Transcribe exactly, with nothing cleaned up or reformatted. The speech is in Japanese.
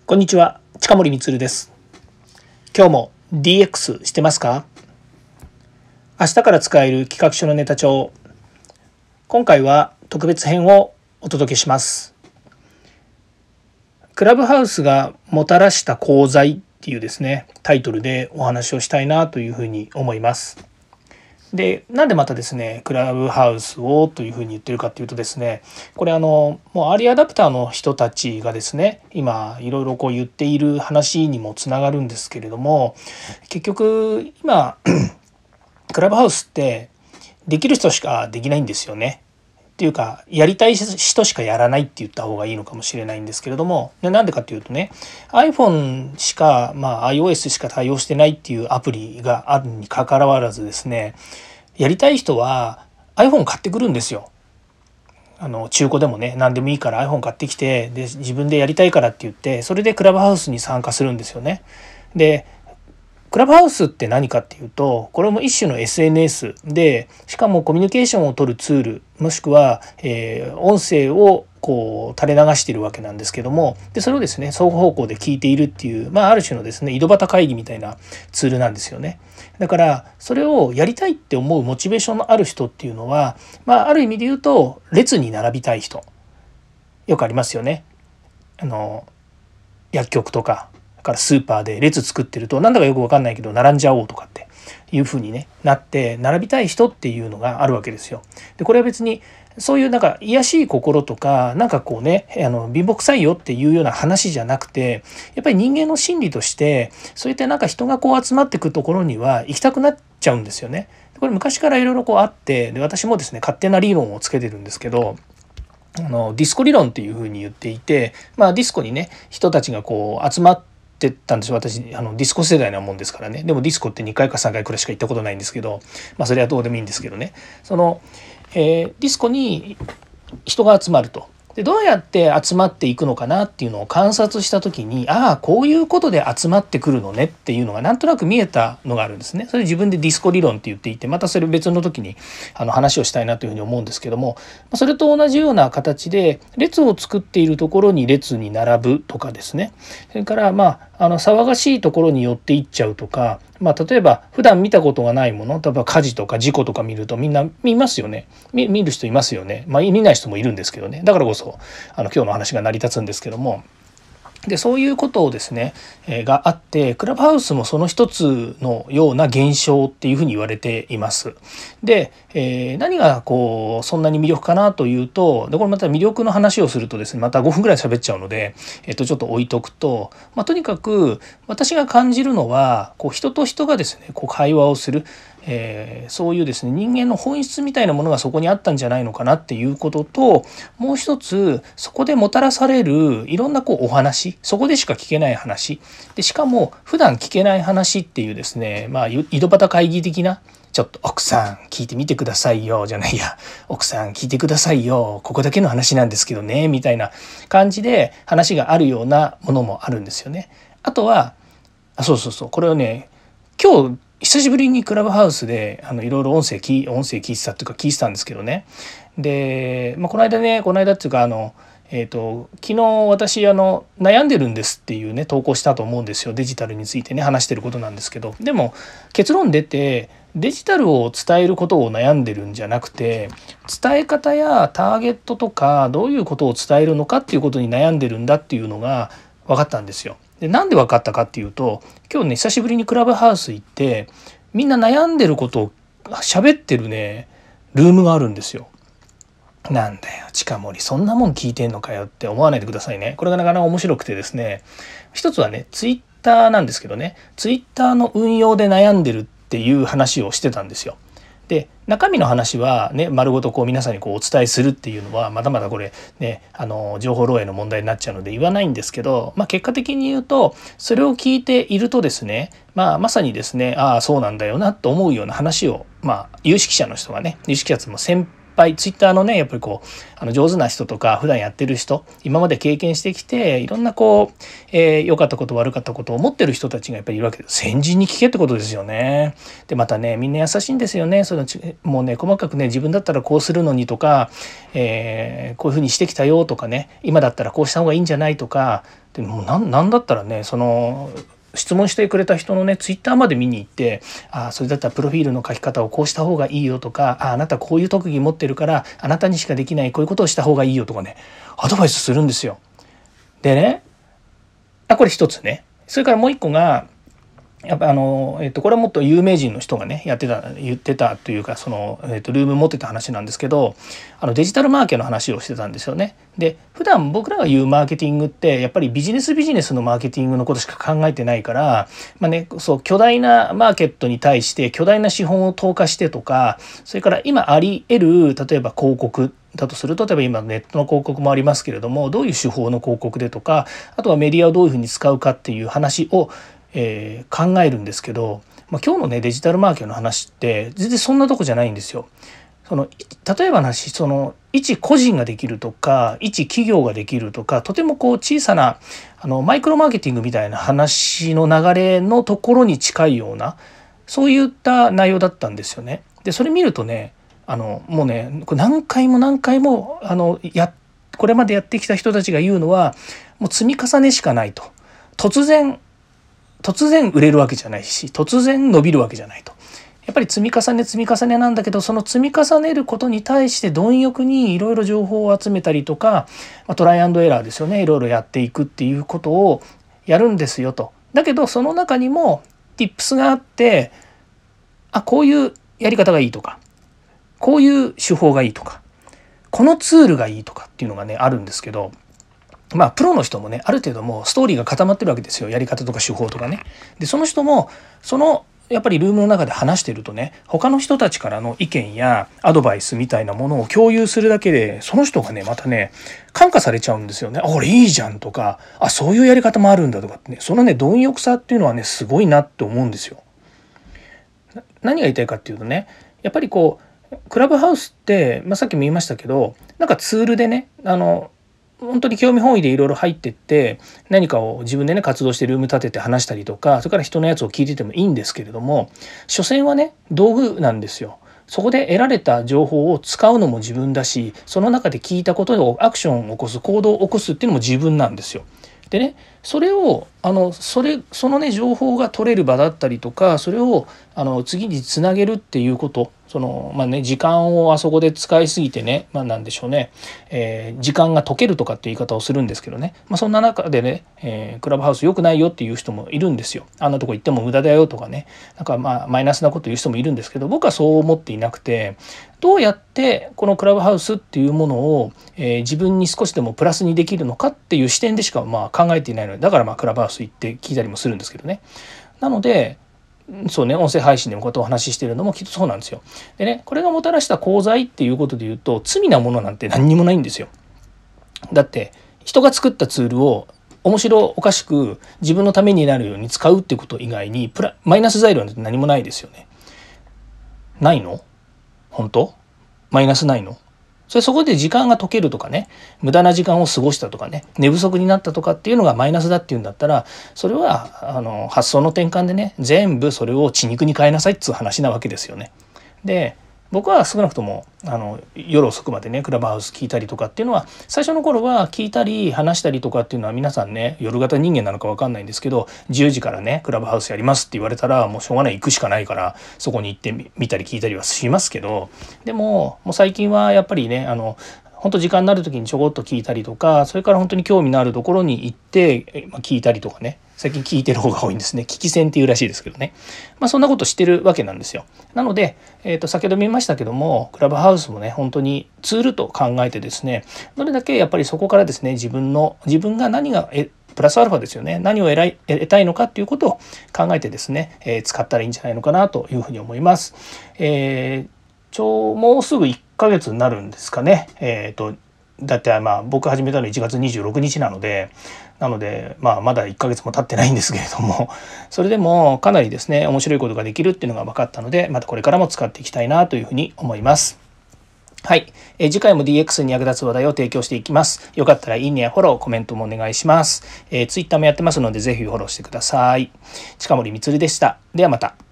こんにちは、近森光です。今日も ディーエックス してますか？明日から使える企画書のネタ帳。今回は特別編をお届けします。クラブハウスがもたらした功罪っていうですね、タイトルでお話をしたいなというふうに思います。で、なんでまたですね、クラブハウスをというふうに言ってるかっていうとですね、これあのもうアーリーアダプターの人たちがですね、今いろいろこう言っている話にもつながるんですけれども、結局今クラブハウスってできる人しかできないんですよね。っていうかやりたい人しかやらないって言った方がいいのかもしれないんですけれども、でなんでかっていうとね、 iPhone しか、まあ、iOS しか対応してないっていうアプリがあるにかかわらずですね、やりたい人は iPhone 買ってくるんですよ。あの中古でもね、何でもいいから iPhone 買ってきて、で自分でやりたいからって言って、それでクラブハウスに参加するんですよね。でクラブハウスって何かっていうと、これも一種の エスエヌエス で、しかもコミュニケーションを取るツール、もしくは、えー、音声をこう垂れ流しているわけなんですけども、でそれをですね双方向で聞いているっていう、まあ、ある種のですね井戸端会議みたいなツールなんですよね。だからそれをやりたいって思うモチベーションのある人っていうのは、まあ、ある意味で言うと列に並びたい人、よくありますよね。あの薬局とかからスーパーで列作ってると、なんだかよく分かんないけど並んじゃおうとかっていう風にねなって、並びたい人っていうのがあるわけですよ。でこれは別にそういうなんか卑しい心とか、なんかこうねあの貧乏くさいよっていうような話じゃなくて、やっぱり人間の心理として、そういったなんか人がこう集まってくるところには行きたくなっちゃうんですよね。これ昔からいろいろこうあって、で私もですね勝手な理論をつけてるんですけど、あのディスコ理論っていうふうに言っていて、まあディスコにね人たちがこう集まってたんですよ。私あのディスコ世代なもんですからね。でもディスコってにかいかさんかいくらいしか行ったことないんですけど、まあそれはどうでもいいんですけどね、その、えー、ディスコに人が集まると。でどうやって集まっていくのかなっていうのを観察した時に、ああこういうことで集まってくるのねっていうのがなんとなく見えたのがあるんですね。それ自分でディスコ理論って言っていて、またそれ別の時にあの話をしたいなというふうに思うんですけども、それと同じような形で列を作っているところに列に並ぶとかですね、それからまああの騒がしいところに寄っていっちゃうとか、まあ、例えば普段見たことがないもの、例えば火事とか事故とか見るとみんな見ますよね。 見, 見る人いますよね。まあ見ない人もいるんですけどね。だからこそあの今日の話が成り立つんですけども、でそういうことをですね、えー、があって、クラブハウスもその一つのような現象っていうふうに言われています。で、えー、何がこうそんなに魅力かなというと、でこれまた魅力の話をするとですねまたごふんぐらい喋っちゃうので、えー、とちょっと置いとくと、まあ、とにかく私が感じるのは、こう人と人がですねこう会話をする、えー、そういうですね人間の本質みたいなものがそこにあったんじゃないのかなっていうことと、もう一つそこでもたらされるいろんなこうお話、そこでしか聞けない話で、しかも普段聞けない話っていうですね、まあ井戸端会議的な、ちょっと奥さん聞いてみてくださいよじゃないや、奥さん聞いてくださいよ、ここだけの話なんですけどねみたいな感じで話があるようなものもあるんですよね。あとはあそうそうそうこれをね、今日久しぶりにクラブハウスであのいろいろ音声聞音声聞いてたっていうか聞いてたんですけどね。で、まあ、この間ねこの間っていうかあのえーと、昨日私あの悩んでるんですっていうね投稿したと思うんですよ。デジタルについてね話してることなんですけど、でも結論出て、デジタルを伝えることを悩んでるんじゃなくて、伝え方やターゲットとかどういうことを伝えるのかっていうことに悩んでるんだっていうのが分かったんですよ。でなんで分かったかっていうと、今日ね久しぶりにクラブハウス行って、みんな悩んでることを喋ってるねルームがあるんですよ。なんだよ近森そんなもん聞いてんのかよって思わないでくださいね。これがなかなか面白くてですね、一つはねツイッターなんですけどね、ツイッターの運用で悩んでるっていう話をしてたんですよ。で中身の話はね丸ごとこう皆さんにこうお伝えするっていうのはまだまだこれねあの情報漏洩の問題になっちゃうので言わないんですけど、まあ、結果的に言うとそれを聞いているとですね、まあ、まさにですねああそうなんだよなと思うような話を、まあ、有識者の人がね有識者も先ぱいツイッターのねやっぱりこうあの上手な人とか普段やってる人、今まで経験してきていろんなこうえー、良かったこと悪かったことを思ってる人たちがやっぱりいるわけです。先人に聞けってことですよね。でまたねみんな優しいんですよね。そのもうね細かくね自分だったらこうするのにとか、えー、こういうふうにしてきたよとかね、今だったらこうした方がいいんじゃないとか、でもうなんなんだったらねその質問してくれた人のねツイッターまで見に行って、あそれだったらプロフィールの書き方をこうした方がいいよとか、ああなたこういう特技持ってるからあなたにしかできないこういうことをした方がいいよとかねアドバイスするんですよ。でねあこれ一つね。それからもう一個がやっぱあの、えっと、これはもっと有名人の人がねやってた言ってたというかその、えっと、ルーム持ってた話なんですけど、あのデジタルマーケの話をしてたんですよね。で普段僕らが言うマーケティングってやっぱりビジネスビジネスのマーケティングのことしか考えてないから、まあね、そう巨大なマーケットに対して巨大な資本を投下してとか、それから今あり得る例えば広告だとすると、例えば今ネットの広告もありますけれども、どういう手法の広告でとか、あとはメディアをどういうふうに使うかっていう話をえー、考えるんですけど、まあ、今日のねデジタルマーケットの話って全然そんなとこじゃないんですよ。その例えばの話、その一個人ができるとか一企業ができるとか、とてもこう小さなあのマイクロマーケティングみたいな話の流れのところに近いようなそういった内容だったんですよね。でそれ見るとねあのもうね何回も何回もあのやこれまでやってきた人たちが言うのはもう積み重ねしかないと。突然突然売れるわけじゃないし突然伸びるわけじゃないと。やっぱり積み重ね積み重ねなんだけど、その積み重ねることに対して貪欲にいろいろ情報を集めたりとか、まあ、トライアンドエラーですよね、いろいろやっていくっていうことをやるんですよと。だけどその中にも Tips があって、あこういうやり方がいいとか、こういう手法がいいとか、このツールがいいとかっていうのがねあるんですけど、まあプロの人もねある程度もうストーリーが固まってるわけですよ、やり方とか手法とかね。でその人もそのやっぱりルームの中で話してるとね、他の人たちからの意見やアドバイスみたいなものを共有するだけで、その人がねまたね感化されちゃうんですよね。あこれいいじゃんとか、あそういうやり方もあるんだとかってね、そのね貪欲さっていうのはねすごいなって思うんですよ。何が言いたいかっていうとね、やっぱりこうクラブハウスって、まあ、さっきも言いましたけど、なんかツールでねあの本当に興味本位でいろいろ入ってって何かを自分でね活動してルーム立てて話したりとか、それから人のやつを聞いててもいいんですけれども、所詮はね道具なんですよ。そこで得られた情報を使うのも自分だし、その中で聞いたことをアクションを起こす行動を起こすっていうのも自分なんですよ。でねそれをあのそれそのね情報が取れる場だったりとか、それをあの次につなげるっていうこと、そのまあね時間をあそこで使いすぎてね、まあなんでしょうね、えー、時間が解けるとかっていう言い方をするんですけどね、まあ、そんな中でね、えー、クラブハウス良くないよっていう人もいるんですよ。あんなとこ行っても無駄だよとかね、なんかまあマイナスなこと言う人もいるんですけど、僕はそう思っていなくて、どうやってこのクラブハウスっていうものを、えー、自分に少しでもプラスにできるのかっていう視点でしかまあ考えていないので、だからまあクラブハウス行って聞いたりもするんですけどね。なのでそうね、音声配信でもこうやってお話ししてるのもきっとそうなんですよ。でね、これがもたらした功罪っていうことで言うと、罪なものなんて何にもないんですよ。だって人が作ったツールを面白おかしく自分のためになるように使うってこと以外にプラマイナス材料なんて何もないですよね。ないの？本当？マイナスないの？それそこで時間が解けるとかね、無駄な時間を過ごしたとかね、寝不足になったとかっていうのがマイナスだっていうんだったら、それはあの発想の転換でね、全部それを血肉に変えなさいっつう話なわけですよね。で僕は少なくともあの夜遅くまでねクラブハウス聞いたりとかっていうのは、最初の頃は聞いたり話したりとかっていうのは、皆さんね夜型人間なのか分かんないんですけど、じゅうじからねクラブハウスやりますって言われたらもうしょうがない、行くしかないからそこに行ってみたり聞いたりはしますけど、でももう最近はやっぱりねあの本当時間になる時にちょこっと聞いたりとか、それから本当に興味のあるところに行って聞いたりとかね、最近聞いてる方が多いんですね。聞き戦っていうらしいですけどね、まあそんなことしてるわけなんですよ。なので、えー、と先ほども言いましたけども、クラブハウスもね本当にツールと考えてですね、どれだけやっぱりそこからですね自分の自分が何がえプラスアルファですよね、何を得得たいのかっていうことを考えてですね、えー、使ったらいいんじゃないのかなというふうに思います。えー、ちょもうすぐいっかげつになるんですかね。えー、とだってまあ僕始めたのいちがつにじゅうろくにちなのでなのでまあまだいっかげつも経ってないんですけれども、それでもかなりですね面白いことができるっていうのが分かったので、またこれからも使っていきたいなというふうに思います。 はい、えー次回も ディーエックス に役立つ話題を提供していきます。よかったらいいねやフォロー、コメントもお願いします。えー、Twitter もやってますので、ぜひフォローしてください。近森光でした。ではまた。